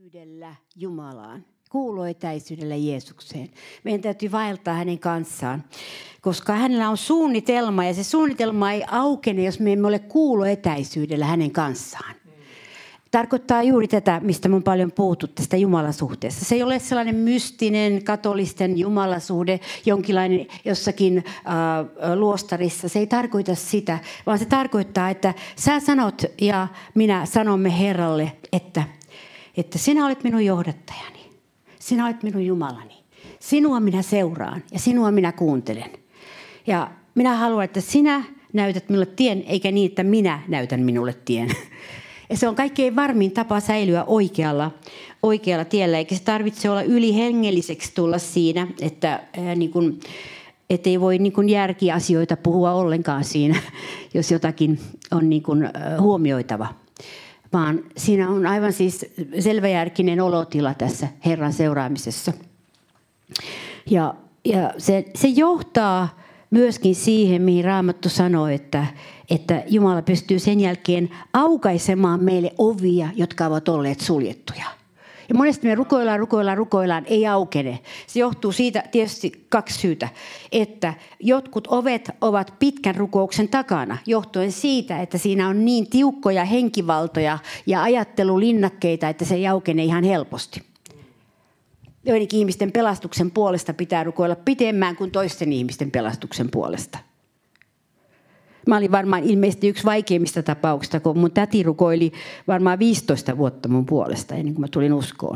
etäisyydellä Jumalaan, kuuluetäisyydellä Jeesukseen. Meidän täytyy vaeltaa hänen kanssaan, koska hänellä on suunnitelma ja se suunnitelma ei aukene, jos me emme ole kuuluetäisyydellä hänen kanssaan. Tarkoittaa juuri tätä, mistä me on paljon puhuttu tästä Jumalasuhteesta. Se ei ole sellainen mystinen katolisten jumalasuhde jonkinlainen jossakin luostarissa. Se ei tarkoita sitä, vaan se tarkoittaa, että sä sanot ja minä sanomme Herralle, että sinä olet minun johdattajani. Sinä olet minun Jumalani. Sinua minä seuraan ja sinua minä kuuntelen. Ja minä haluan, että sinä näytät minulle tien, eikä niin, että minä näytän minulle tien. Ja se on kaikkein varmin tapa säilyä oikealla tiellä, eikä se tarvitse olla ylihengelliseksi tulla siinä, että ei voi järkiasioita puhua ollenkaan siinä, jos jotakin on huomioitava. Vaan siinä on aivan siis selväjärkinen olotila tässä Herran seuraamisessa. Ja se johtaa myöskin siihen, mihin Raamattu sanoo, että Jumala pystyy sen jälkeen aukaisemaan meille ovia, jotka ovat olleet suljettuja. Ja monesti me rukoillaan, ei aukene. Se johtuu siitä tietysti 2 syytä, että jotkut ovet ovat pitkän rukouksen takana, johtuen siitä, että siinä on niin tiukkoja henkivaltoja ja ajattelulinnakkeita, että se ei aukene ihan helposti. Joidenkin ihmisten pelastuksen puolesta pitää rukoilla pidemmään kuin toisten ihmisten pelastuksen puolesta. Mä olin varmaan ilmeisesti yksi vaikeimmista tapauksista, kun mun täti rukoili varmaan 15 vuotta mun puolesta ennen kuin mä tulin uskoon.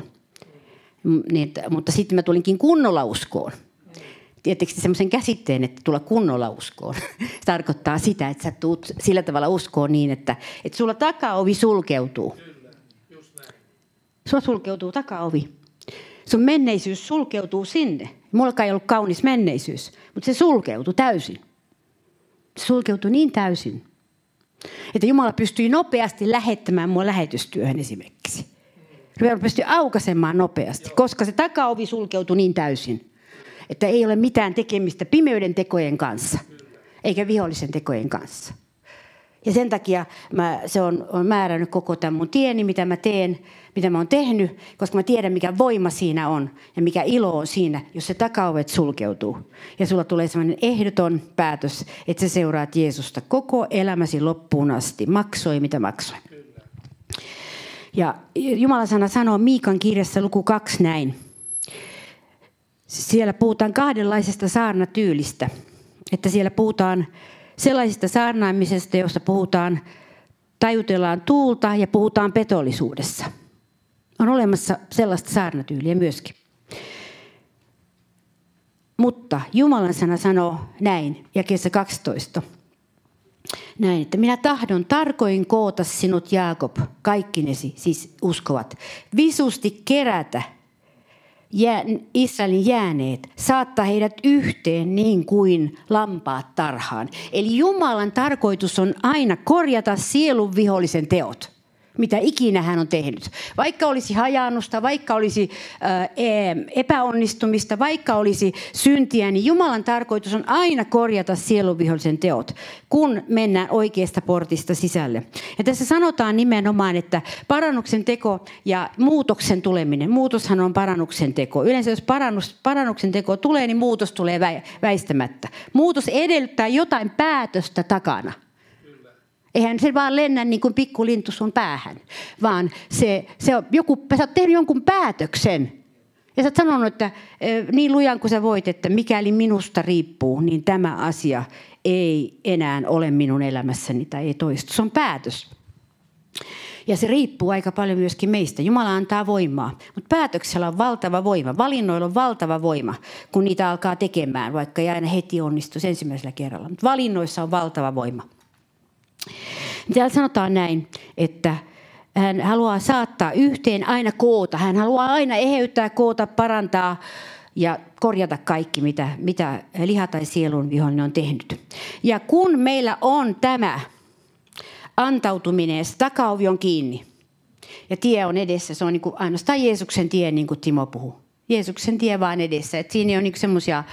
Mutta sitten mä tulinkin kunnolla uskoon. Tiedättekö semmoisen käsitteen, että tulla kunnolla uskoon? Se tarkoittaa sitä, että sä tuut sillä tavalla uskoon niin, että sulla takaovi sulkeutuu. Sulla sulkeutuu takaovi. Sun menneisyys sulkeutuu sinne. Mulla ei ollut kaunis menneisyys, mutta se sulkeutui täysin. Se sulkeutui niin täysin, että Jumala pystyi nopeasti lähettämään mua lähetystyöhön esimerkiksi. Jumala pystyi aukaisemaan nopeasti, koska se takaovi sulkeutui niin täysin, että ei ole mitään tekemistä pimeyden tekojen kanssa, eikä vihollisen tekojen kanssa. Ja sen takia se on määrännyt koko tämän mun tieni, mitä mä teen, mitä mä oon tehnyt, koska mä tiedän, mikä voima siinä on ja mikä ilo on siinä, jos se takaovet sulkeutuu. Ja sulla tulee sellainen ehdoton päätös, että sä seuraat Jeesusta koko elämäsi loppuun asti. Maksoi, mitä maksoi. Ja Jumalan sana sanoo Miikan kirjassa luku 2 näin. Siellä puhutaan 2 saarnatyylistä. Että siellä puhutaan sellaisesta saarnaamisesta, jossa tajutellaan tuulta ja puhutaan petollisuudessa. On olemassa sellaista saarnatyyliä myöskin. Mutta Jumalan sana sanoo näin, jakeessa 12. Näin, että minä tahdon tarkoin koota sinut, Jaakob, kaikkinesi, siis uskovat, visusti kerätä Israelin jääneet, saattaa heidät yhteen niin kuin lampaat tarhaan. Eli Jumalan tarkoitus on aina korjata sielun vihollisen teot, mitä ikinä hän on tehnyt. Vaikka olisi hajaannusta, vaikka olisi epäonnistumista, vaikka olisi syntiä, niin Jumalan tarkoitus on aina korjata sielun vihollisen teot, kun mennään oikeasta portista sisälle. Ja tässä sanotaan nimenomaan, että parannuksen teko ja muutoksen tuleminen. Muutoshan on parannuksen teko. Yleensä jos parannuksen teko tulee, niin muutos tulee väistämättä. Muutos edellyttää jotain päätöstä takana. Eihän se vaan lennä niin kuin pikkulintu sun päähän, vaan sä oot tehnyt jonkun päätöksen. Ja sä oot sanonut, että niin lujan kuin sä voit, että mikäli minusta riippuu, niin tämä asia ei enää ole minun elämässäni tai ei toistu. Se on päätös. Ja se riippuu aika paljon myöskin meistä. Jumala antaa voimaa, mutta päätöksellä on valtava voima. Valinnoilla on valtava voima, kun niitä alkaa tekemään, vaikka ei aina heti onnistu ensimmäisellä kerralla. Mutta valinnoissa on valtava voima. Täällä sanotaan näin, että hän haluaa saattaa yhteen, aina koota. Hän haluaa aina eheyttää, koota, parantaa ja korjata kaikki, mitä liha tai sielun vihollinen on tehnyt. Ja kun meillä on tämä antautuminen, se takaovi on kiinni ja tie on edessä, se on niin kuin ainoastaan Jeesuksen tie, niin kuin Timo puhuu. Jeesuksen tie vaan edessä. Että siinä ei ole niin semmoisia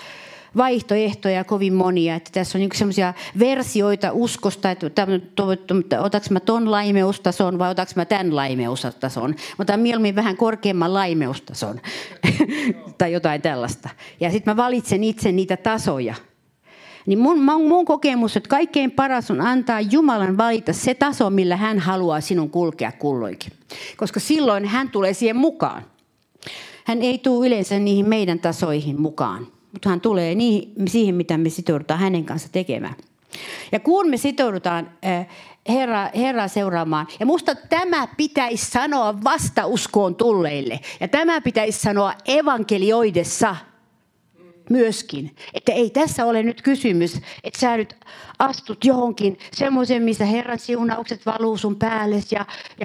vaihtoehtoja kovin monia. Että tässä on sellaisia versioita uskosta, että otanko mä ton laimeustason vai otanko mä tämän laimeustason. Mä otan mieluummin vähän korkeamman laimeustason tai jotain tällaista. Ja sitten mä valitsen itse niitä tasoja. Niin mun kokemus, että kaikkein paras on antaa Jumalan valita se taso, millä hän haluaa sinun kulkea kulloinkin. Koska silloin hän tulee siihen mukaan. Hän ei tule yleensä niihin meidän tasoihin mukaan, mutta hän tulee siihen, mitä me sitoudutaan hänen kanssa tekemään. Ja kun me sitoudutaan Herraa seuraamaan, ja musta tämä pitäisi sanoa vasta uskoon tulleille, ja tämä pitäisi sanoa evankelioidessa myöskin, että ei tässä ole nyt kysymys, että sä nyt astut johonkin semmoiseen, missä Herran siunaukset valuu sun päällesi ja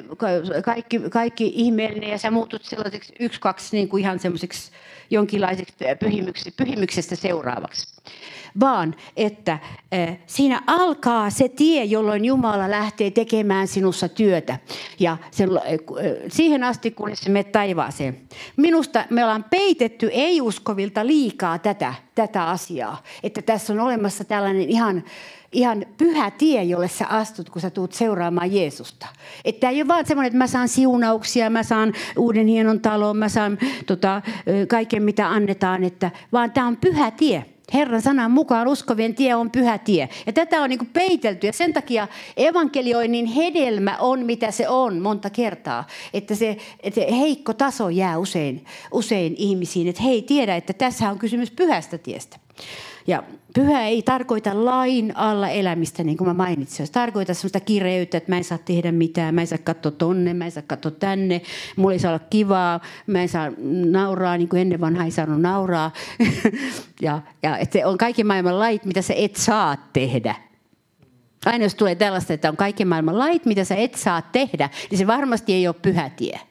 kaikki ihmeellinen ja sä muutut sellaiseksi 1-2 niin kuin ihan semmoiseksi jonkinlaiseksi pyhimyksestä seuraavaksi. Vaan että siinä alkaa se tie, jolloin Jumala lähtee tekemään sinussa työtä. Ja siihen asti, kunnes se menee taivaaseen. Minusta me ollaan peitetty ei-uskovilta liikaa tätä asiaa. Että tässä on olemassa tällainen ihan pyhä tie, jolle sä astut, kun sä tuut seuraamaan Jeesusta. Että ei ole vaan semmoinen, että mä saan siunauksia, mä saan uuden hienon talon, mä saan kaiken mitä annetaan, vaan tämä on pyhä tie. Herran sanan mukaan uskovien tie on pyhä tie. Ja tätä on niin kuin peitelty ja sen takia evankelioinnin hedelmä on mitä se on monta kertaa. Että se heikko taso jää usein ihmisiin, että he ei tiedä, että tässä on kysymys pyhästä tiestä. Ja pyhä ei tarkoita lain alla elämistä, niin kuin mä mainitsin. Se tarkoittaa sellaista kireyttä, että mä en saa tehdä mitään, mä en saa katsoa tonne, mä en saa katsoa tänne, mulla ei saa olla kivaa, mä en saa nauraa, niin kuin ennen vanha ei saanut nauraa. ja että se on kaiken maailman lait, mitä sä et saa tehdä. Aina jos tulee tällaista, että on kaiken maailman lait, mitä sä et saa tehdä, niin se varmasti ei ole pyhä tie.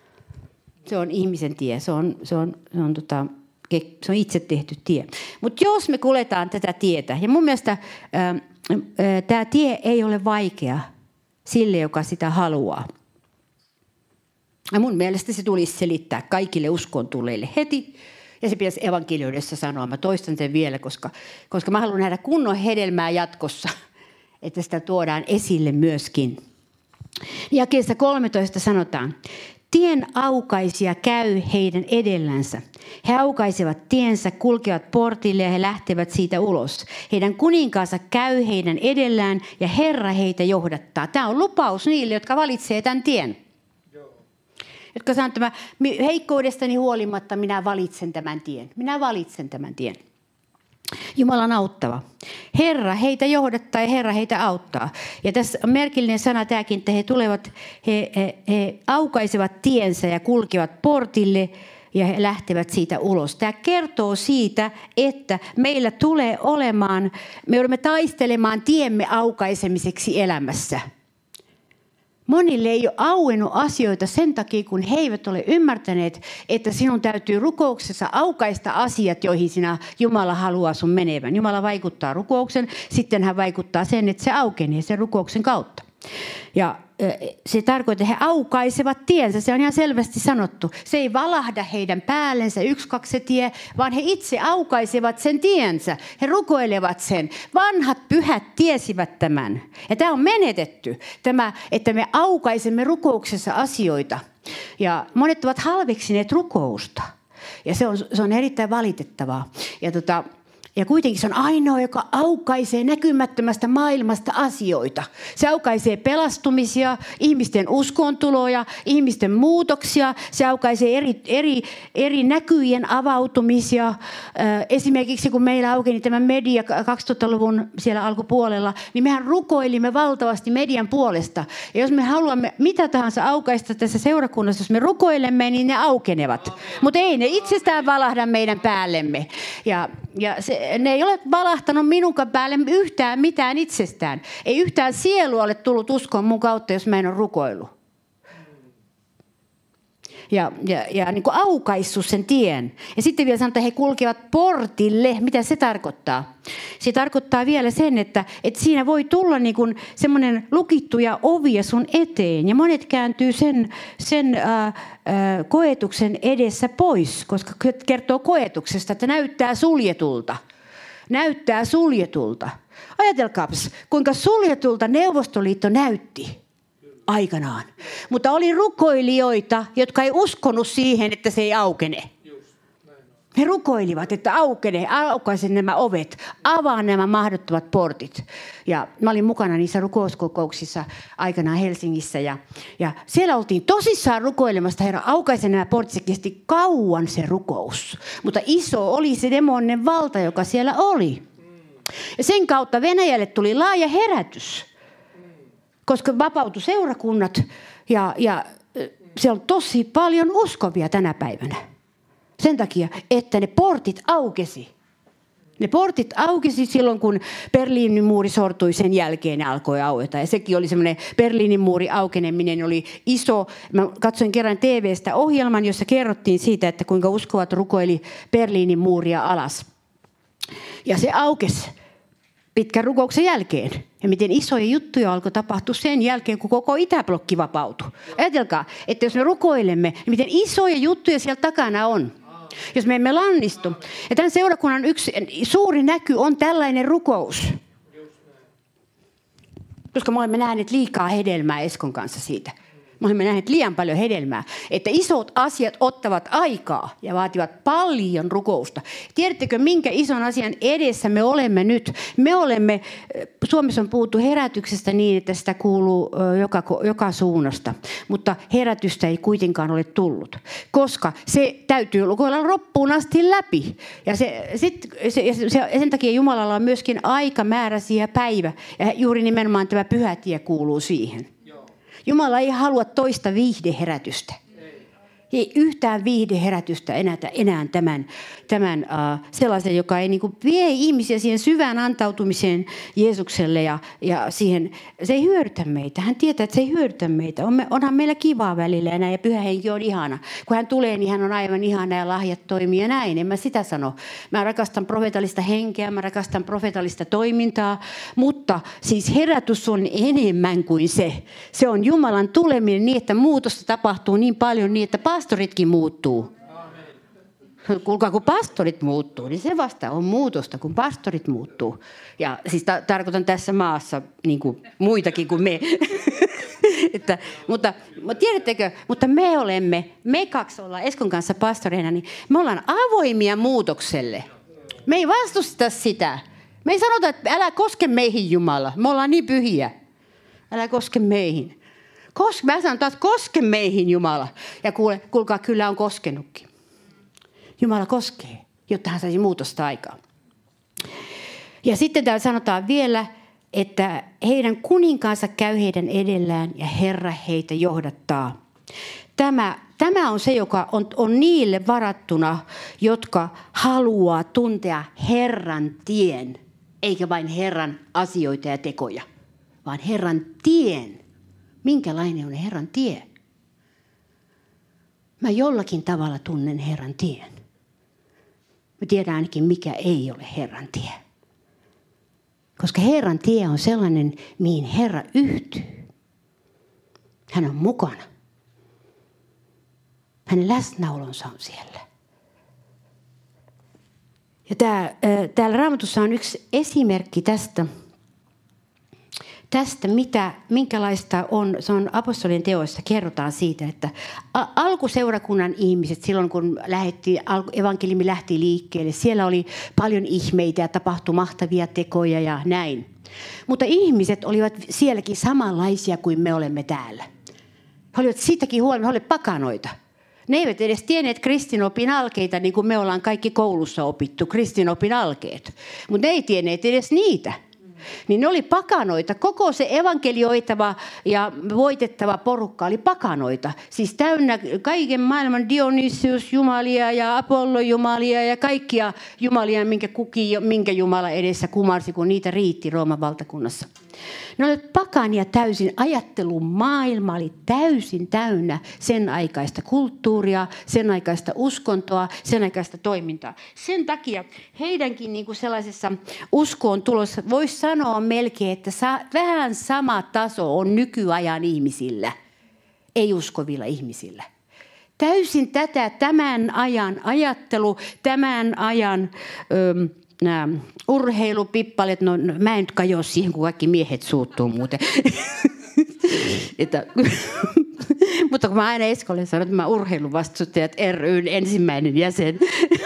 Se on ihmisen tie, se on itse tehty tie. Mutta jos me kuljetaan tätä tietä, ja mun mielestä tämä tie ei ole vaikea sille, joka sitä haluaa. Ja mun mielestä se tulisi selittää kaikille uskoon tulleille heti, ja se pitäisi evankelioidessa sanoa. Mä toistan sen vielä, koska mä haluan nähdä kunnon hedelmää jatkossa, että sitä tuodaan esille myöskin. Jakeessa 13 sanotaan, tien aukaisija käy heidän edellänsä. He aukaisevat tiensä, kulkevat portille ja he lähtevät siitä ulos. Heidän kuninkaansa käy heidän edellään ja Herra heitä johdattaa. Tämä on lupaus niille, jotka valitsee tämän tien. Jotka sanoo, että heikkoudestani huolimatta minä valitsen tämän tien. Minä valitsen tämän tien. Jumala on auttava. Herra heitä johdattaa ja Herra heitä auttaa. Ja tässä on merkillinen sana tämäkin, että he aukaisevat tiensä ja kulkevat portille ja he lähtevät siitä ulos. Tämä kertoo siitä, että meillä tulee olemaan, me joudumme taistelemaan tiemme aukaisemiseksi elämässä. Monille ei ole auennut asioita sen takia, kun he eivät ole ymmärtäneet, että sinun täytyy rukouksessa aukaista asiat, joihin sinä Jumala haluaa sun menevän. Jumala vaikuttaa rukouksen, sitten hän vaikuttaa sen, että se aukenee sen rukouksen kautta. Ja se tarkoittaa, että he aukaisevat tiensä, se on ihan selvästi sanottu. Se ei valahda heidän päällensä 1-2 se tie, vaan he itse aukaisevat sen tiensä. He rukoilevat sen. Vanhat pyhät tiesivät tämän. Ja tämä on menetetty, tämä, että me aukaisemme rukouksessa asioita. Ja monet ovat halveksineet rukousta. Ja se on erittäin valitettavaa. Ja kuitenkin se on ainoa, joka aukaisee näkymättömästä maailmasta asioita. Se aukaisee pelastumisia, ihmisten uskontuloja, ihmisten muutoksia. Se aukaisee eri näkyjen avautumisia. Esimerkiksi kun meillä aukeni tämä media 2000-luvun siellä alkupuolella, niin mehän rukoilimme valtavasti median puolesta. Ja jos me haluamme mitä tahansa aukaista tässä seurakunnassa, jos me rukoilemme, niin ne aukenevat. Mutta ei ne itsestään valahda meidän päällemme. Ja ne ei ole valahtanut minunkaan päälle yhtään mitään itsestään. Ei yhtään sielua ole tullut uskon mun kautta, jos mä en ole rukoillut. ja niin kuin aukaissut sen tien. Ja sitten vielä sanoo, että he kulkevat portille. Mitä se tarkoittaa? Se tarkoittaa vielä sen, että siinä voi tulla niin kuin semmoinen lukittuja ovia sun eteen. Ja monet kääntyy sen koetuksen edessä pois, koska kertoo koetuksesta, että näyttää suljetulta. Näyttää suljetulta. Ajatelkaapas, kuinka suljetulta Neuvostoliitto näytti aikanaan. Mutta oli rukoilijoita, jotka ei uskonut siihen, että se ei aukene. He rukoilivat, että aukaise nämä ovet, avaa nämä mahdottomat portit. Ja mä olin mukana niissä rukouskokouksissa aikanaan Helsingissä. Ja siellä oltiin tosissaan rukoilemasta, Herra, aukaise nämä portit. Se kesti kauan se rukous. Mutta iso oli se demoninen valta, joka siellä oli. Ja sen kautta Venäjälle tuli laaja herätys. Koska vapautui seurakunnat ja siellä on tosi paljon uskovia tänä päivänä. Sen takia, että ne portit aukesi. Ne portit aukesi silloin, kun Berliinin muuri sortui, sen jälkeen ne alkoi aueta. Ja sekin oli semmoinen Berliinin muuri aukeneminen, oli iso. Mä katsoin kerran TV:stä ohjelman, jossa kerrottiin siitä, että kuinka uskovat rukoili Berliinin muuria alas. Ja se aukesi pitkän rukouksen jälkeen. Ja miten isoja juttuja alkoi tapahtua sen jälkeen, kun koko itäblokki vapautui. Ajatelkaa, että jos me rukoilemme, niin miten isoja juttuja siellä takana on. Jos me emme lannistu. Ja tämän seurakunnan yksi suuri näky on tällainen rukous. Koska me olemme nähneet liikaa hedelmää Eskon kanssa siitä. Me olemme nähneet liian paljon hedelmää, että isot asiat ottavat aikaa ja vaativat paljon rukousta. Tiedättekö, minkä ison asian edessä me olemme nyt? Me olemme, Suomessa on puhuttu herätyksestä niin, että sitä kuuluu joka suunnasta. Mutta herätystä ei kuitenkaan ole tullut, koska se täytyy olla loppuun asti läpi. Ja sen takia Jumalalla on myöskin aikamääräisiä päivä. Ja juuri nimenomaan tämä pyhätie kuuluu siihen. Jumala ei halua toista viihdeherätystä. Ei yhtään viihdeherätystä enää tämän sellaisen, joka ei niin kuin vie ihmisiä siihen syvään antautumiseen Jeesukselle ja siihen. Se ei hyödytä meitä. Hän tietää, että se ei hyödytä meitä. Onhan meillä kivaa välillä ja näin, ja Pyhä Henki on ihana. Kun hän tulee, niin hän on aivan ihana ja lahjat toimii ja näin. En mä sitä sano. Mä rakastan profeetallista henkeä, mä rakastan profeetallista toimintaa, mutta siis herätys on enemmän kuin se. Se on Jumalan tuleminen niin, että muutosta tapahtuu niin paljon niin, että pastoritkin muuttuu. Kuulkaa, kun pastorit muuttuu, niin se vasta on muutosta, kun pastorit muuttuu. Ja siis tarkoitan tässä maassa niin kuin muitakin kuin me. mutta tiedättekö, mutta me kaksi ollaan Eskon kanssa pastoreina, niin me ollaan avoimia muutokselle. Me ei vastusta sitä. Me ei sanota, että älä koske meihin, Jumala. Me ollaan niin pyhiä. Älä koske meihin. Mä sanon taas, koske meihin, Jumala. Ja kuulkaa, kyllä on koskenutkin. Jumala koskee, jotta hän saisi muutosta aikaan. Ja sitten täällä sanotaan vielä, että heidän kuninkaansa käy heidän edellään ja Herra heitä johdattaa. Tämä on se, joka on niille varattuna, jotka haluaa tuntea Herran tien, eikä vain Herran asioita ja tekoja, vaan Herran tien. Minkälainen on Herran tie? Mä jollakin tavalla tunnen Herran tien. Mä tiedän ainakin, mikä ei ole Herran tie. Koska Herran tie on sellainen, mihin Herra yhtyy. Hän on mukana. Hänen läsnäolonsa on siellä. Ja täällä Raamatussa on yksi esimerkki tästä minkälaista on, se on apostolien teoissa, kerrotaan siitä, että alkuseurakunnan ihmiset, silloin kun evankeliumi lähti liikkeelle, siellä oli paljon ihmeitä ja tapahtui mahtavia tekoja ja näin. Mutta ihmiset olivat sielläkin samanlaisia kuin me olemme täällä. He olivat siitäkin huolimatta, he olivat pakanoita. Ne eivät edes tienneet kristinopin alkeita, niin kuin me ollaan kaikki koulussa opittu, kristinopin alkeet. Mutta ne ei tienneet edes niitä. Niin ne oli pakanoita. Koko se evankelioitava ja voitettava porukka oli pakanoita. Siis täynnä kaiken maailman Dionysius jumalia ja Apollo jumalia ja kaikkia jumalia, minkä Jumala edessä kumarsi, kun niitä riitti Rooman valtakunnassa. Ne olivat pakania täysin. Ajattelumaailma oli täysin täynnä sen aikaista kulttuuria, sen aikaista uskontoa, sen aikaista toimintaa. Sen takia heidänkin niin kuin sellaisessa uskoon tulossa voisi sanoa melkein, että vähän sama taso on nykyajan ihmisillä, ei uskovilla ihmisillä. Täysin tämän ajan ajattelu, tämän ajan nämä urheilupippalet, no mä en nyt kajoa siihen, kun kaikki miehet suuttuu muuten. Mutta kun mä aina Eskolle sanon, että mä urheiluvastustajat ry:n ensimmäinen jäsen.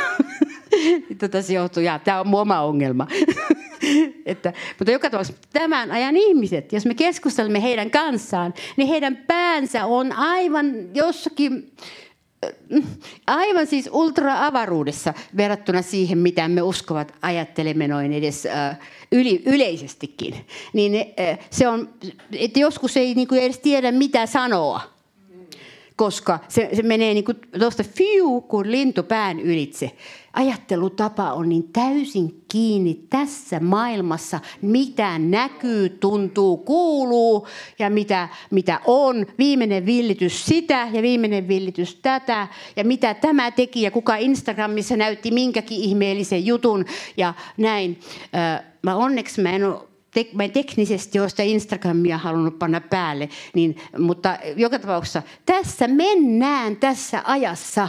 Se johtuu, tämä on mun oma ongelma. Mutta joka tapauksessa tämän ajan ihmiset, jos me keskustelemme heidän kanssaan, niin heidän päänsä on aivan jossakin, aivan siis ultra-avaruudessa verrattuna siihen, mitä me uskovat ajattelemme noin edes yleisestikin. Niin se on, että joskus ei niin kuin edes tiedä, mitä sanoa, koska se menee niin kuin tuosta kuin lintu pään ylitse. Ajattelutapa on niin täysin kiinni tässä maailmassa, mitä näkyy, tuntuu, kuuluu ja mitä on. Viimeinen villitys sitä ja viimeinen villitys tätä ja mitä tämä teki ja kuka Instagramissa näytti minkäkin ihmeellisen jutun ja näin. Onneksi mä en teknisesti ole sitä Instagramia halunnut panna päälle, mutta joka tapauksessa tässä mennään tässä ajassa.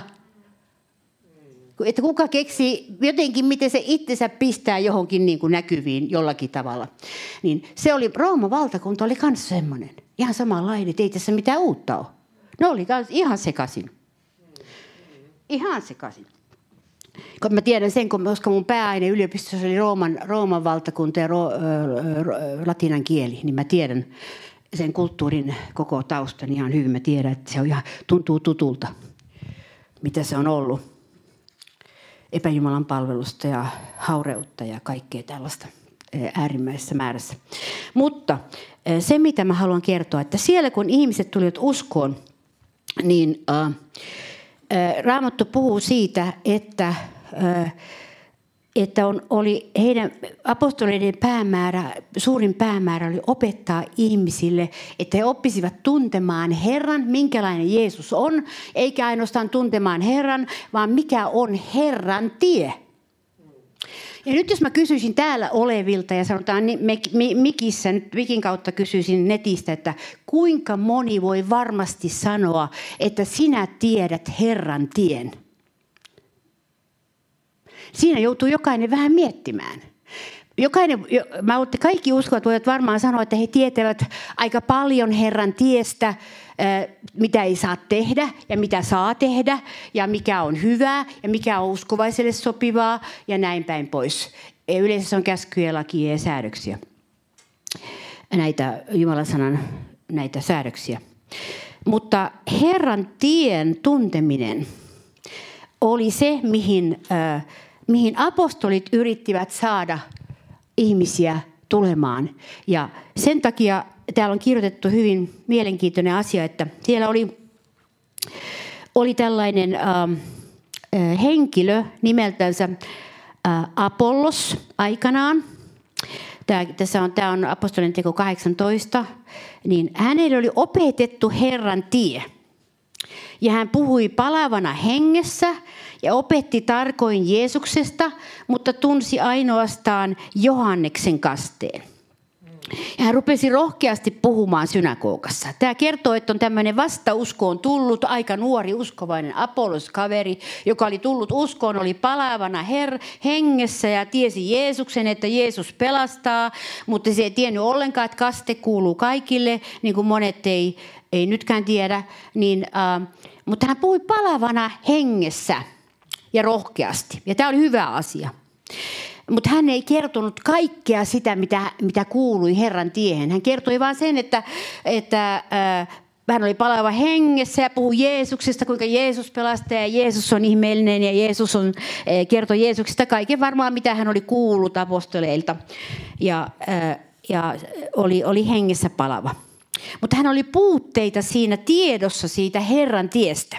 Että kuka keksii jotenkin, miten se itsensä pistää johonkin niin kuin näkyviin jollakin tavalla. Niin se oli, Rooman valtakunta oli myös semmoinen. Ihan samanlainen, että ei tässä mitään uutta ole. Ne oli ihan sekaisin. Ihan sekaisin. Mä tiedän sen, koska mun pääaine yliopistossa oli Rooman valtakunta ja latinan kieli, niin mä tiedän sen kulttuurin koko taustan ihan hyvin. Mä tiedän, että se on ihan, tuntuu tutulta, mitä se on ollut. Epäjumalan palvelusta ja haureutta ja kaikkea tällaista äärimmäisessä määrässä. Mutta se, mitä mä haluan kertoa, että siellä kun ihmiset tulivat uskoon, niin Raamattu puhuu siitä, että oli heidän apostoleiden suurin päämäärä oli opettaa ihmisille, että he oppisivat tuntemaan Herran, minkälainen Jeesus on, eikä ainoastaan tuntemaan Herran, vaan mikä on Herran tie. Ja nyt jos mä kysyisin täällä olevilta ja sanotaan mikissä, nyt mikin kautta kysyisin netistä, että kuinka moni voi varmasti sanoa, että sinä tiedät Herran tien? Siinä joutuu jokainen vähän miettimään. Kaikki uskovat voivat varmaan sanoa, että he tietävät aika paljon Herran tiestä, mitä ei saa tehdä ja mitä saa tehdä ja mikä on hyvää ja mikä on uskovaiselle sopivaa ja näin päin pois. Yleensä se on käskyjä, lakia ja säädöksiä. Näitä Jumalan sanan näitä säädöksiä. Mutta Herran tien tunteminen oli se, mihin apostolit yrittivät saada ihmisiä tulemaan. Ja sen takia täällä on kirjoitettu hyvin mielenkiintoinen asia, että siellä oli tällainen henkilö nimeltänsä Apollos aikanaan. Tämä on apostolien teko 18. Niin hänelle oli opetettu Herran tie. Ja hän puhui palavana hengessä ja opetti tarkoin Jeesuksesta, mutta tunsi ainoastaan Johanneksen kasteen. Ja hän rupesi rohkeasti puhumaan synagogassa. Tämä kertoo, että on tämmöinen vasta uskoon tullut, aika nuori uskovainen Apollos-kaveri, joka oli tullut uskoon, oli palavana hengessä ja tiesi Jeesuksen, että Jeesus pelastaa, mutta se ei tiennyt ollenkaan, että kaste kuuluu kaikille, niin kuin monet ei nytkään tiedä. Mutta hän puhui palavana hengessä ja rohkeasti. Ja tämä oli hyvä asia. Mutta hän ei kertonut kaikkea sitä, mitä kuului Herran tiehen. Hän kertoi vain sen, että hän oli palava hengessä ja puhui Jeesuksesta, kuinka Jeesus pelastaa ja Jeesus on ihmeellinen ja Jeesus kertoi Jeesuksesta kaiken varmaan, mitä hän oli kuullut apostoleilta. Ja oli hengessä palava. Mutta hän oli puutteita siinä tiedossa siitä Herran tiestä.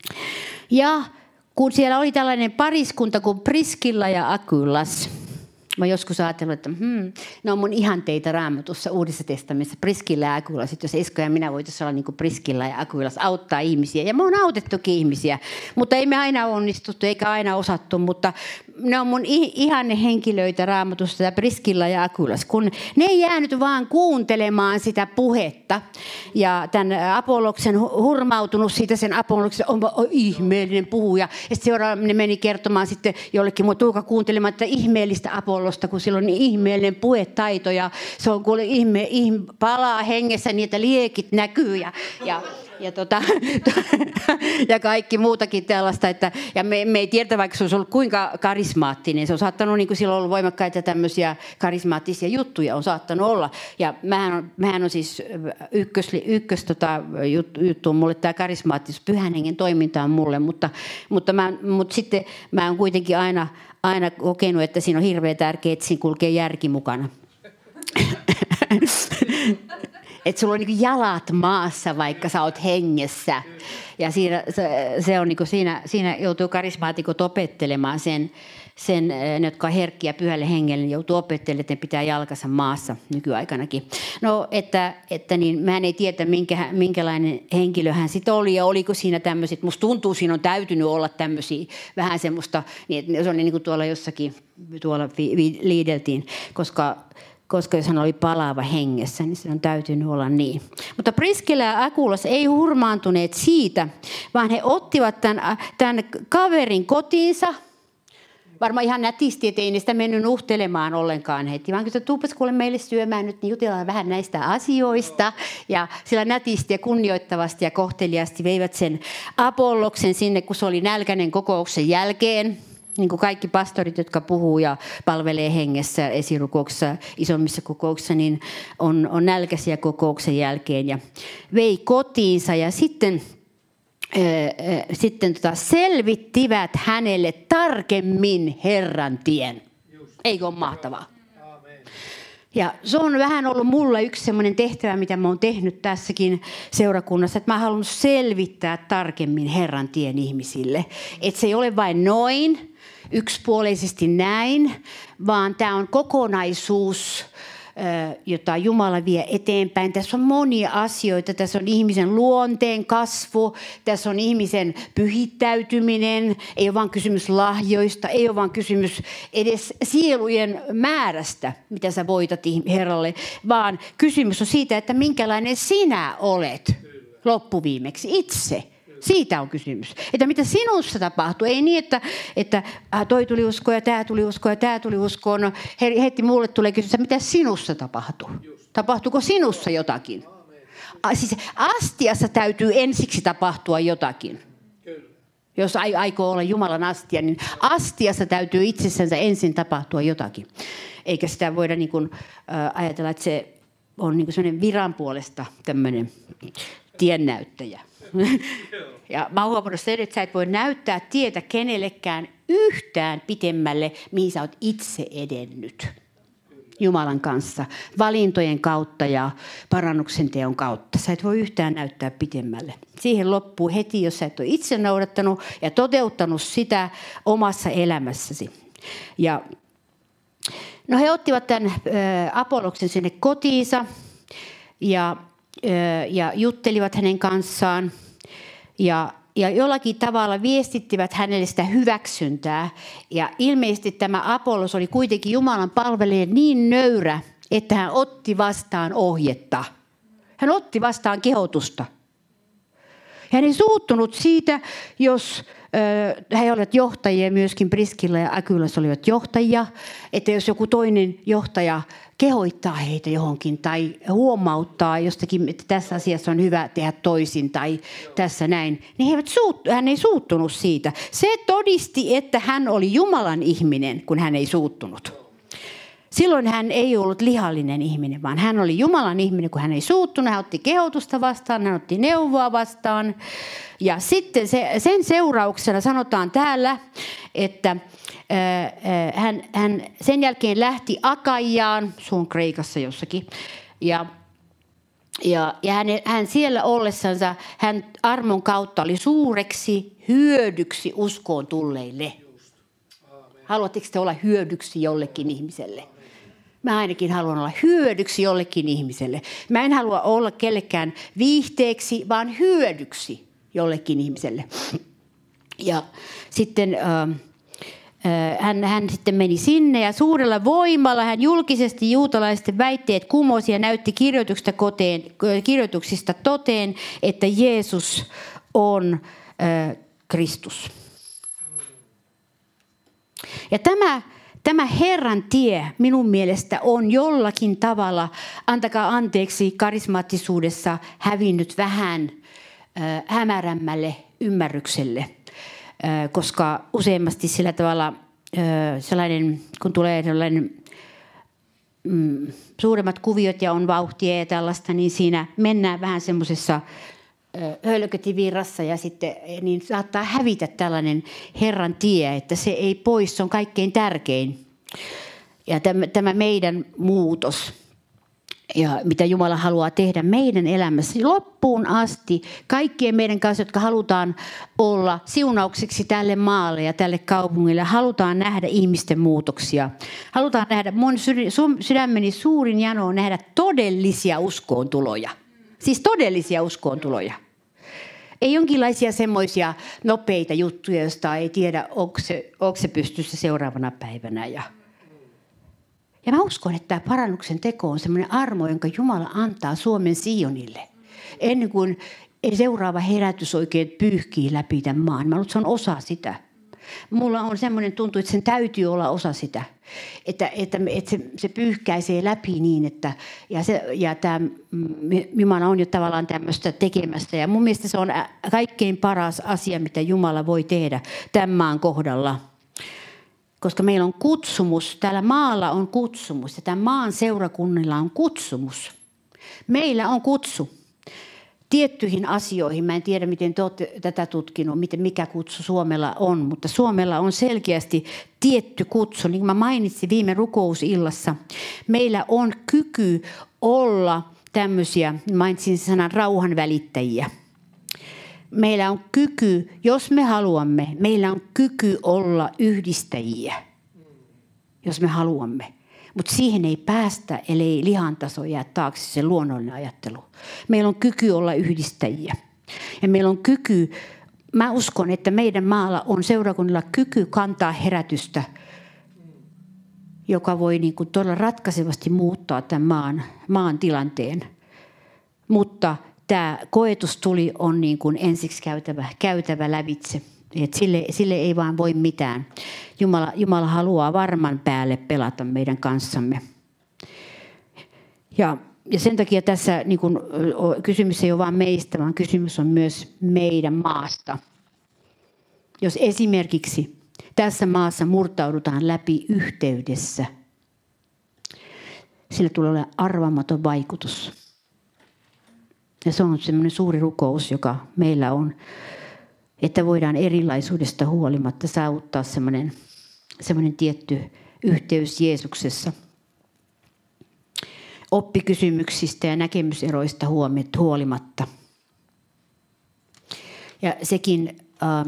Ja kun siellä oli tällainen pariskunta kuin Priskilla ja Akylas, Mä joskus ajatellut, että ne on mun ihanteita Raamatussa Uudessa testamentissa, Priskilla ja Akuilas. Jos Esko ja minä voitaisiin olla niin kuin Priskilla ja Akuilas, auttaa ihmisiä. Ja me on autettukin ihmisiä, mutta ei me aina onnistuttu eikä aina osattu. Mutta ne on mun ihanne henkilöitä Raamatussa, tämä Priskilla ja Akuilas. Kun ne ei jäänyt vaan kuuntelemaan sitä puhetta. Ja tämän Apolloksen hurmautunut siitä sen Apolloksen on ihmeellinen puhuja. Ja sitten seuraavana ne meni kertomaan sitten jollekin muu tulkaa kuuntelemaan tätä ihmeellistä Apollosta, kun sillä on niin ihmeellinen puhetaito ja se on kuule palaa hengessä niin, että liekit näkyy ja kaikki muutakin tällaista. Ja me ei tiedä, vaikka se olisi ollut kuinka karismaattinen. Se on saattanut, niin kuin silloin ollut voimakkaita tämmöisiä karismaattisia juttuja on saattanut olla. Ja mähän on siis juttu on mulle tämä karismaattis pyhän hengen toiminta on mulle, mutta sitten mä oon kuitenkin aina kokenut, että siinä on hirveän tärkeää, että siinä kulkee järki mukana. Että sulla on niin jalat maassa, vaikka sä oot hengessä. Ja se on niin siinä joutuu karismaatikot opettelemaan sen, ne, jotka on herkkiä pyhälle hengelle, niin joutuu opettelemaan, että ne pitää jalkansa maassa nykyaikanakin. No, että niin, mä en tiedä, minkälainen henkilö hän sitten oli ja oliko siinä tämmöiset. Musta tuntuu, siinä on täytynyt olla tämmöisiä vähän semmoista, niin että se on niin kuin tuolla jossakin, tuolla liideltiin, koska jos hän oli palaava hengessä, niin se on täytynyt olla niin. Mutta Priskilla ja Akuilas ei hurmaantuneet siitä, vaan he ottivat tämän kaverin kotiinsa. Varmaan ihan nätisti, että ei niistä mennyt nuhtelemaan ollenkaan heti, vaan kyllä tuupas kuule meille syömään nyt, niin jutellaan vähän näistä asioista. Ja sillä nätisti ja kunnioittavasti ja kohteliaasti veivät sen Apolloksen sinne, kun se oli nälkäinen kokouksen jälkeen. Niin kuin kaikki pastorit, jotka puhuu ja palvelee hengessä esirukouksessa, isommissa kokouksissa, niin on nälkäisiä kokouksen jälkeen. Ja vei kotiinsa ja sitten selvittivät hänelle tarkemmin Herran tien. Eikö ole mahtavaa? Ja se on vähän ollut mulla yksi semmoinen tehtävä, mitä mä oon tehnyt tässäkin seurakunnassa, että mä haluan selvittää tarkemmin Herran tien ihmisille. Että se ei ole vain noin, yksipuolisesti näin, vaan tämä on kokonaisuus, jota Jumala vie eteenpäin. Tässä on monia asioita. Tässä on ihmisen luonteen kasvu, tässä on ihmisen pyhittäytyminen, ei ole vain kysymys lahjoista, ei ole vain kysymys edes sielujen määrästä, mitä sä voitat Herralle, vaan kysymys on siitä, että minkälainen sinä olet loppuviimeksi itse. Siitä on kysymys. Että mitä sinussa tapahtuu. Ei niin, että toi tuli uskoon ja tämä tuli uskoon ja tämä tuli uskoon. No, heti mulle tulee kysymys, että mitä sinussa tapahtuu. Tapahtuuko sinussa jotakin? Siis astiassa täytyy ensiksi tapahtua jotakin. Jos aikoo olla Jumalan astia, niin astiassa täytyy itsessänsä ensin tapahtua jotakin. Eikä sitä voida niin kuin, ajatella, että se on niin kuin sellainen viran puolesta tämmöinen tiennäyttäjä. Ja mä oon huomannut sen, että sä et voi näyttää tietä kenellekään yhtään pitemmälle, mihin sä oot itse edennyt Jumalan kanssa, valintojen kautta ja parannuksen teon kautta. Sä et voi yhtään näyttää pitemmälle. Siihen loppuu heti, jos sä et ole itse noudattanut ja toteuttanut sitä omassa elämässäsi. Ja no he ottivat tämän Apolloksen sinne kotiinsa ja juttelivat hänen kanssaan ja jollakin tavalla viestittivät hänelle sitä hyväksyntää. Ja ilmeisesti tämä Apollos oli kuitenkin Jumalan palvelija niin nöyrä, että hän otti vastaan ohjetta. Hän otti vastaan kehotusta. Hän ei suuttunut siitä, jos he olivat johtajia, myöskin Priskilla ja Akuilas olivat johtajia, että jos joku toinen johtaja kehoittaa heitä johonkin tai huomauttaa jostakin, että tässä asiassa on hyvä tehdä toisin tai tässä näin, niin hän ei suuttunut siitä. Se todisti, että hän oli Jumalan ihminen, kun hän ei suuttunut. Silloin hän ei ollut lihallinen ihminen, vaan hän oli Jumalan ihminen, kun hän ei suuttunut. Hän otti kehotusta vastaan, hän otti neuvoa vastaan. Ja sitten sen seurauksena sanotaan täällä, että hän sen jälkeen lähti Akaiaan, se on Kreikassa jossakin, ja hän siellä ollessansa, hän armon kautta oli suureksi hyödyksi uskoon tulleille. Haluatteko te olla hyödyksi jollekin ihmiselle? Mä ainakin haluan olla hyödyksi jollekin ihmiselle. Mä en halua olla kellekään viihteeksi, vaan hyödyksi jollekin ihmiselle. Ja sitten hän sitten meni sinne ja suurella voimalla hän julkisesti juutalaisten väitteet kumosi ja näytti kirjoituksista toteen, että Jeesus on Kristus. Ja tämä Herran tie minun mielestä on jollakin tavalla, antakaa anteeksi, karismaattisuudessa hävinnyt vähän hämärämmälle ymmärrykselle. Koska useammasti sillä tavalla sellainen, kun tulee sellainen suuremmat kuviot ja on vauhtia ja tällaista, niin siinä mennään vähän semmoisessa hölkötivirrassa ja sitten niin saattaa hävitä tällainen Herran tie, että se ei pois, se on kaikkein tärkein. Ja tämä meidän muutos ja mitä Jumala haluaa tehdä meidän elämässä loppuun asti, kaikkien meidän kanssa, jotka halutaan olla siunaukseksi tälle maalle ja tälle kaupungille, halutaan nähdä ihmisten muutoksia. Halutaan nähdä, mun sydämeni suurin jano on nähdä todellisia uskoontuloja. Siis todellisia uskoontuloja. Ei jonkinlaisia semmoisia nopeita juttuja, joista ei tiedä, onko se pystyssä seuraavana päivänä. Ja mä uskon, että tämä parannuksen teko on semmoinen armo, jonka Jumala antaa Suomen Sionille. Ennen kuin seuraava herätys oikein pyyhkii läpi tämän maan. Mä luulen, että se on osa sitä. Mulla on semmoinen tuntu, että sen täytyy olla osa sitä. Että se pyyhkäisee läpi niin, että ja tämä Jumala on jo tavallaan tämmöistä tekemästä. Ja mun mielestä se on kaikkein paras asia, mitä Jumala voi tehdä tämän maan kohdalla. Koska meillä on kutsumus, täällä maalla on kutsumus ja tämän maan seurakunnilla on kutsumus. Meillä on kutsu tiettyihin asioihin. Mä en tiedä, miten te olette tätä tutkinut, mikä kutsu Suomella on, mutta Suomella on selkeästi tietty kutsu. Niin kuin mä mainitsin viime rukousillassa, meillä on kyky olla tämmöisiä, mainitsin sanan rauhan välittäjiä. Meillä on kyky, jos me haluamme, meillä on kyky olla yhdistäjiä, jos me haluamme. Mutta siihen ei päästä, ellei lihantaso jää taakse se luonnollinen ajattelu. Meillä on kyky olla yhdistäjiä. Ja meillä on kyky, mä uskon, että meidän maalla on seurakunnilla kyky kantaa herätystä, joka voi niin kuin todella ratkaisevasti muuttaa tämän maan tilanteen. Mutta tämä koetustuli on niin kuin ensiksi käytävä lävitse. Et sille ei vaan voi mitään. Jumala haluaa varman päälle pelata meidän kanssamme. Ja sen takia tässä niin kuin, kysymys ei ole vain meistä, vaan kysymys on myös meidän maasta. Jos esimerkiksi tässä maassa murtaudutaan läpi yhteydessä, sillä tulee olemaan arvaamaton vaikutus. Ja se on semmoinen suuri rukous, joka meillä on, että voidaan erilaisuudesta huolimatta saavuttaa semmoinen tietty yhteys Jeesuksessa. Oppikysymyksistä ja näkemyseroista huolimatta. Ja sekin,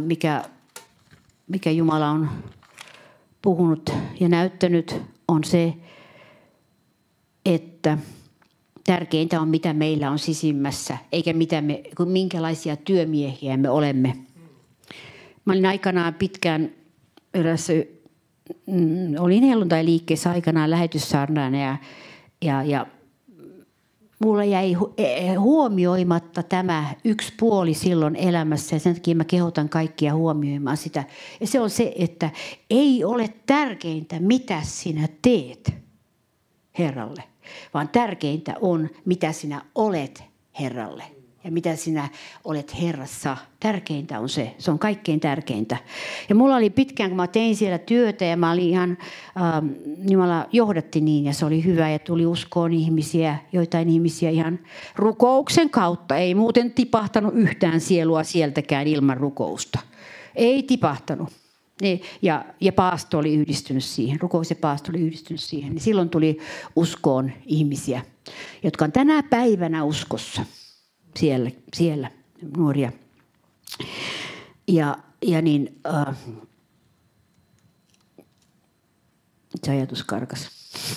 mikä Jumala on puhunut ja näyttänyt, on se, että tärkeintä on, mitä meillä on sisimmässä, eikä minkälaisia työmiehiä me olemme. Mä olin aikanaan pitkään olin helluntai-liikkeessä aikanaan lähetyssaarnaana ja mulla jäi huomioimatta tämä yksi puoli silloin elämässä ja sen takia mä kehotan kaikkia huomioimaan sitä. Ja se on se, että ei ole tärkeintä, mitä sinä teet Herralle, vaan tärkeintä on, mitä sinä olet Herralle. Ja mitä sinä olet Herrassa. Tärkeintä on se. Se on kaikkein tärkeintä. Ja mulla oli pitkään, kun mä tein siellä työtä ja mä olin ihan, Jumala johdatti niin ja se oli hyvä ja tuli uskoon ihmisiä, joitain ihmisiä ihan rukouksen kautta. Ei muuten tipahtanut yhtään sielua sieltäkään ilman rukousta. Ei tipahtanut. Ja paasto oli yhdistynyt siihen, rukous ja paasto oli yhdistynyt siihen. Niin silloin tuli uskoon ihmisiä, jotka on tänä päivänä uskossa. Siellä nuoria. Ja Se ajatus karkas.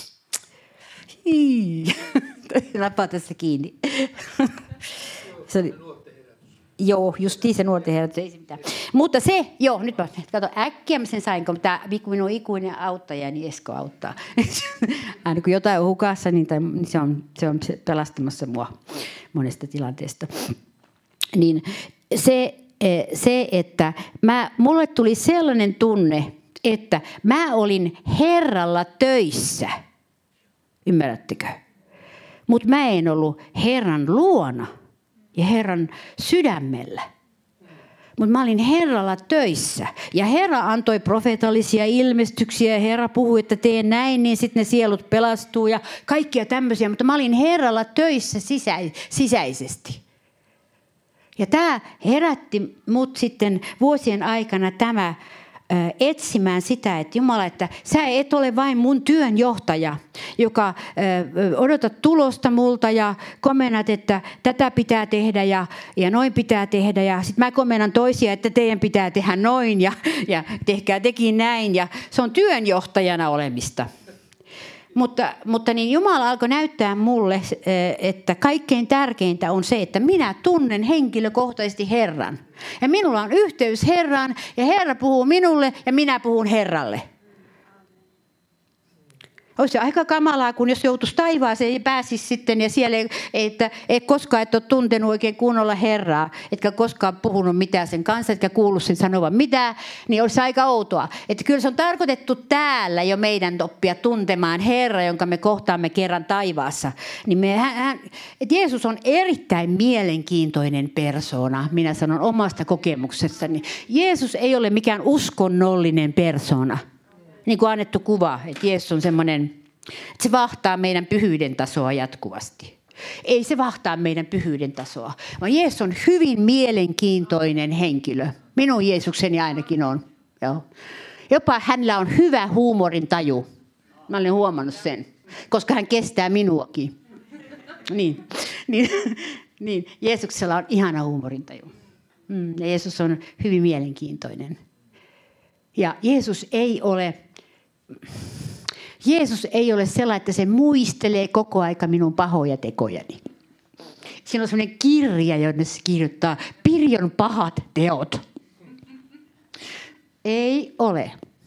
Napaa tässä kiinni. Se oli... Joo, justiin se nuorten herätys, ei se mitään. Mutta se, nyt mä kato, äkkiä mä sen sain, kun tämä minun ikuinen auttaja, niin Esko auttaa. Aina kun jotain on hukassa, niin se on pelastamassa mua monesta tilanteesta. Niin se että mulle tuli sellainen tunne, että mä olin Herralla töissä. Ymmärrättekö? Mutta mä en ollut Herran luona ja Herran sydämellä. Mutta mä olin Herralla töissä. Ja Herra antoi profeetallisia ilmestyksiä ja Herra puhui, että tee näin, niin sitten ne sielut pelastuu ja kaikkia tämmöisiä. Mutta mä olin Herralla töissä sisäisesti. Ja tämä herätti mut sitten vuosien aikana etsimään sitä, että Jumala, että sä et ole vain mun työnjohtaja, joka odotat tulosta multa ja komennat, että tätä pitää tehdä ja noin pitää tehdä. Ja sitten mä komennan toisia, että teidän pitää tehdä noin ja tehkää tekin näin. Ja se on työnjohtajana olemista. Mutta niin Jumala alkoi näyttää mulle, että kaikkein tärkeintä on se, että minä tunnen henkilökohtaisesti Herran. Ja minulla on yhteys Herraan ja Herra puhuu minulle ja minä puhun Herralle. Olisi aika kamalaa, kun jos joutuisi taivaaseen ja pääsisi sitten ja siellä ei koskaan et ole tuntenut oikein kunnolla Herraa, etkä koskaan puhunut mitään sen kanssa, etkä kuullut sen sanovan mitään, niin olisi aika outoa. Että kyllä se on tarkoitettu täällä jo meidän oppia tuntemaan Herra, jonka me kohtaamme kerran taivaassa. Niin että Jeesus on erittäin mielenkiintoinen persoona, minä sanon omasta kokemuksestani. Jeesus ei ole mikään uskonnollinen persoona. Niin kuin annettu kuva, että Jeesus on semmoinen, että se vahtaa meidän pyhyyden tasoa jatkuvasti. Ei se vahtaa meidän pyhyyden tasoa, vaan Jeesus on hyvin mielenkiintoinen henkilö. Minun Jeesukseni ainakin on. Joo. Jopa hänellä on hyvä huumorintaju. Mä olen huomannut sen, koska hän kestää minuakin. Niin. Jeesuksella on ihana huumorintaju. Ja Jeesus on hyvin mielenkiintoinen. Ja Jeesus ei ole sellainen, että se muistelee koko aika minun pahoja tekojani. Siinä on sellainen kirja, jonne se kirjoittaa Pirjon pahat teot. Ei ole.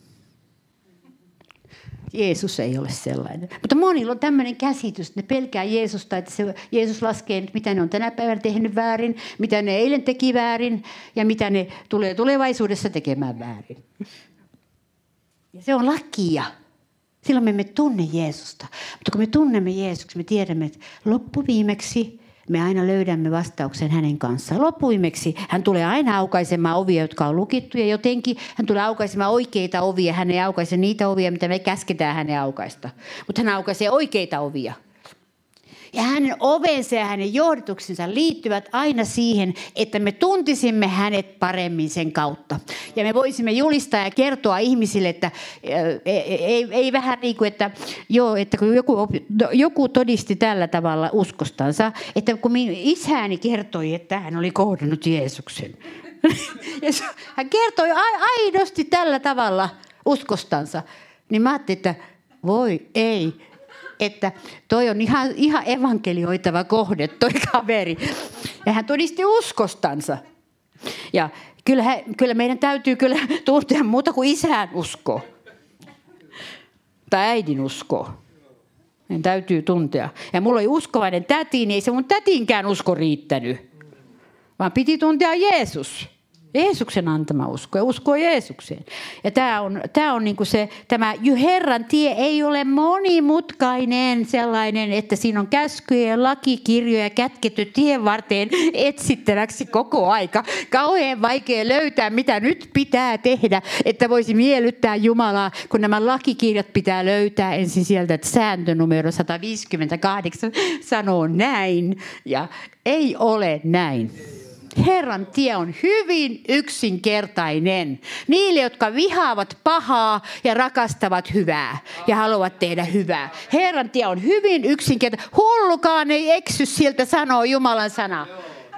Jeesus ei ole sellainen. Mutta monilla on tämmöinen käsitys, että ne pelkää Jeesusta, että Jeesus laskee nyt, mitä ne on tänä päivänä tehnyt väärin, mitä ne eilen teki väärin ja mitä ne tulee tulevaisuudessa tekemään väärin. Ja se on lakia. Silloin me emme tunne Jeesusta. Mutta kun me tunnemme Jeesuksen, me tiedämme, että loppuviimeksi me aina löydämme vastauksen hänen kanssaan. Loppuviimeksi hän tulee aina aukaisemaan ovia, jotka on lukittu. Ja jotenkin hän tulee aukaisemaan oikeita ovia. Hän ei aukaise niitä ovia, mitä me käsketään hänen aukaista. Mutta hän aukaisee oikeita ovia. Ja hänen ovensa ja hänen johdatuksensa liittyvät aina siihen, että me tuntisimme hänet paremmin sen kautta. Ja me voisimme julistaa ja kertoa ihmisille, että ei vähän niin kuin, että kun joku todisti tällä tavalla uskostansa, että kun isäni kertoi, että hän oli kohdannut Jeesuksen. Ja hän kertoi aidosti tällä tavalla uskostansa. Niin mä ajattelin, että voi ei. Että toi on ihan evankelioitava kohde, toi kaveri. Ja hän todisti uskostansa. Ja kyllä meidän täytyy kyllä tuntea muuta kuin isän usko. Tai äidin usko. Meidän täytyy tuntea. Ja mulla oli uskovainen täti, niin ei se mun tätinkään usko riittänyt. Vaan piti tuntea Jeesus. Jeesuksen antama usko ja uskoo Jeesukseen. Ja tämä on niin kuin se, tämä Herran tie ei ole monimutkainen sellainen, että siinä on käskyjä ja lakikirjoja kätketty tien varteen etsittäväksi koko aika. Kauhean vaikea löytää, mitä nyt pitää tehdä, että voisi miellyttää Jumalaa, kun nämä lakikirjat pitää löytää ensin sieltä, että sääntö numero 158 sanoo näin ja ei ole näin. Herran tie on hyvin yksinkertainen. Niille, jotka vihaavat pahaa ja rakastavat hyvää ja haluavat tehdä hyvää. Herran tie on hyvin yksinkertainen. Hullukaan ei eksy siltä, sanoo Jumalan sana.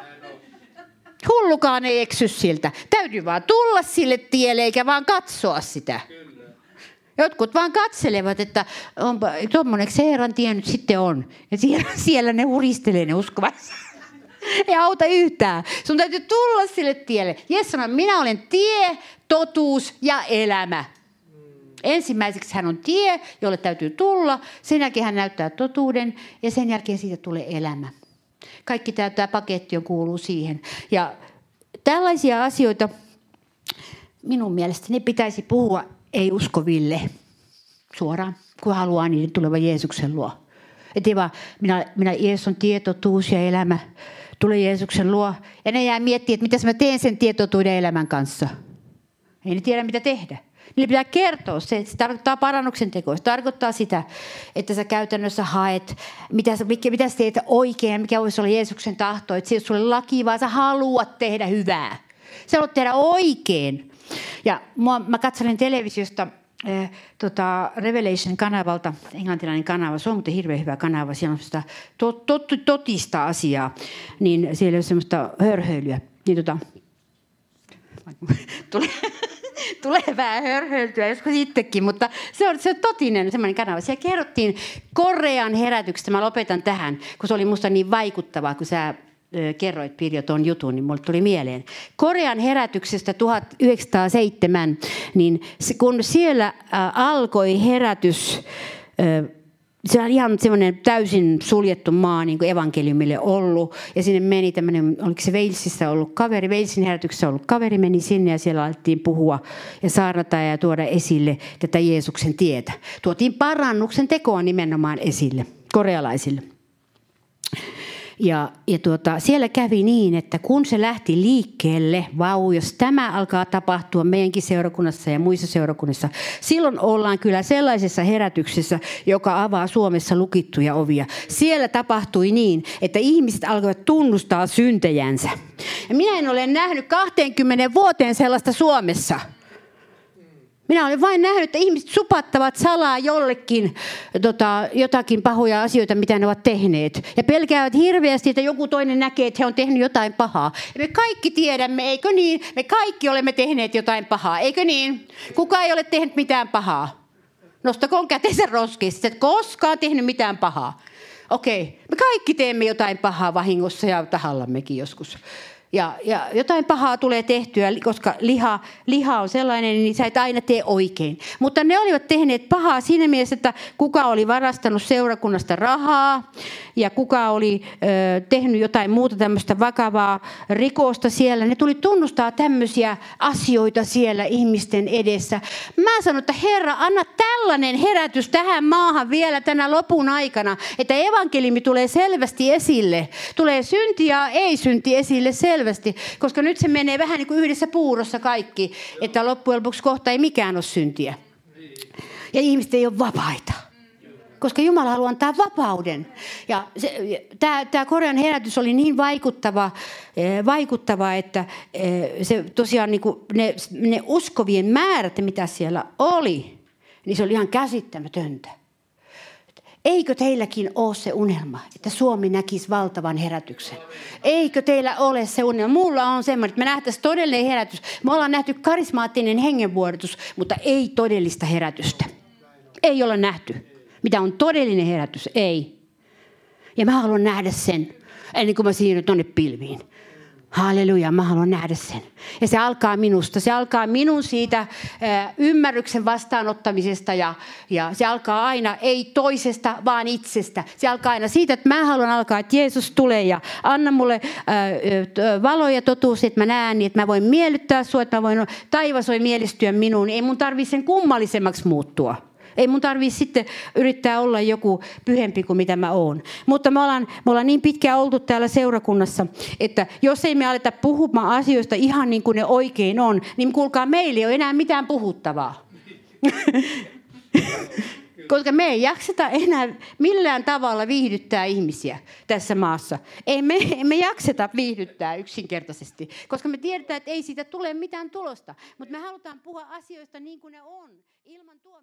Hullukaan ei eksy siltä. Täytyy vaan tulla sille tielle eikä vaan katsoa sitä. Jotkut vaan katselevat, että onpa tuommoinen se Herran tie nyt sitten on. Ja siellä ne huristelee ne uskovat. Ei auta yhtään. Sun täytyy tulla sille tielle. Jeesus sanoi, minä olen tie, totuus ja elämä. Ensimmäiseksi hän on tie, jolle täytyy tulla. Sen jälkeen hän näyttää totuuden ja sen jälkeen siitä tulee elämä. Kaikki tämä paketti kuuluu siihen. Ja tällaisia asioita minun mielestäni pitäisi puhua ei-uskoville suoraan, kun haluaa niiden tulevan Jeesuksen luo. Ettei vaan, minä Jeesus on tie, totuus ja elämä. Tule Jeesuksen luo. Ja ne jää miettimään, että mitä mä teen sen tietotuuden elämän kanssa. Ei ne tiedä, mitä tehdä. Niille pitää kertoa se. Se tarkoittaa parannuksen tekoa. Se tarkoittaa sitä, että sä käytännössä haet, mitä sä teet oikein, mikä voisi olla Jeesuksen tahto. Että se ei ole sulle laki, vaan sä haluat tehdä hyvää. Sä haluat tehdä oikein. Ja mä katselin televisiosta Revelation-kanavalta, englantilainen kanava, se on muuten hirveän hyvä kanava, siellä on sitä totista asiaa, niin siellä on semmoista hörhöilyä. Niin tulee vähän hörhöiltyä joskus itsekin, mutta se on totinen semmoinen kanava. Siellä kerrottiin Korean herätyksestä, mä lopetan tähän, kun se oli musta niin vaikuttavaa, kun sä kerroit Pirjo tuon jutun, niin mulle tuli mieleen. Korean herätyksestä 1907, niin kun siellä alkoi herätys, se oli ihan semmoinen täysin suljettu maa, niin kuin evankeliumille ollut. Ja sinne meni tämmöinen, oliko se Walesissa ollut kaveri, Walesin herätyksessä ollut kaveri, meni sinne ja siellä alettiin puhua ja saarnata ja tuoda esille tätä Jeesuksen tietä. Tuotiin parannuksen tekoa nimenomaan esille korealaisille. Ja siellä kävi niin, että kun se lähti liikkeelle, jos tämä alkaa tapahtua meidänkin seurakunnassa ja muissa seurakunnissa, silloin ollaan kyllä sellaisessa herätyksessä, joka avaa Suomessa lukittuja ovia. Siellä tapahtui niin, että ihmiset alkoivat tunnustaa syntejänsä. Ja minä en ole nähnyt 20 vuoteen sellaista Suomessa. Minä olen vain nähnyt, että ihmiset supattavat salaa jollekin jotakin pahoja asioita, mitä ne ovat tehneet. Ja pelkäävät hirveästi, että joku toinen näkee, että he on tehnyt jotain pahaa. Ja me kaikki tiedämme, eikö niin? Me kaikki olemme tehneet jotain pahaa, eikö niin? Kukaan ei ole tehnyt mitään pahaa. Nostakoon kätensä roskiin, että koskaan tehnyt mitään pahaa. Okei, me kaikki teemme jotain pahaa vahingossa ja tahallammekin joskus. Ja jotain pahaa tulee tehtyä, koska liha on sellainen, niin sä et aina tee oikein. Mutta ne olivat tehneet pahaa siinä mielessä, että kuka oli varastanut seurakunnasta rahaa ja kuka oli tehnyt jotain muuta tämmöistä vakavaa rikosta siellä. Ne tuli tunnustaa tämmöisiä asioita siellä ihmisten edessä. Mä sanon, että Herra, anna tällainen herätys tähän maahan vielä tänä lopun aikana, että evankeliumi tulee selvästi esille. Tulee synti ja ei-synti esille selvästi, koska nyt se menee vähän niin kuin yhdessä puurossa kaikki, että loppujen lopuksi kohta ei mikään ole syntiä. Ja ihmiset ei ole vapaita, koska Jumala haluaa antaa vapauden. Ja tämä Korean herätys oli niin vaikuttava, että se tosiaan niin kuin ne uskovien määrät, mitä siellä oli, niin se oli ihan käsittämätöntä. Eikö teilläkin ole se unelma, että Suomi näkisi valtavan herätyksen? Eikö teillä ole se unelma? Mulla on semmoinen, että me nähtäisiin todellinen herätys. Me ollaan nähty karismaattinen hengenvuodatus, mutta ei todellista herätystä. Ei olla nähty. Mitä on todellinen herätys? Ei. Ja mä haluan nähdä sen, ennen kuin mä siirryn tuonne pilviin. Halleluja, mä haluan nähdä sen. Ja se alkaa minusta. Se alkaa minun siitä ymmärryksen vastaanottamisesta ja se alkaa aina ei toisesta, vaan itsestä. Se alkaa aina siitä, että mä haluan alkaa, että Jeesus tulee ja anna mulle valo ja totuus, että mä näen, niin että mä voin miellyttää sua, että taivas voi mielistyä minuun. Ei mun tarvitse sen kummallisemmaksi muuttua. Ei mun tarvitse sitten yrittää olla joku pyhempi kuin mitä mä oon. Mutta me ollaan niin pitkään oltu täällä seurakunnassa, että jos ei me aleta puhumaan asioista ihan niin kuin ne oikein on, niin kuulkaa, meillä ei ole enää mitään puhuttavaa. Koska me ei jakseta enää millään tavalla viihdyttää ihmisiä tässä maassa. Ei me jakseta viihdyttää yksinkertaisesti, koska me tiedetään, että ei siitä tule mitään tulosta. Mutta me halutaan puhua asioista niin kuin ne on, ilman tuo.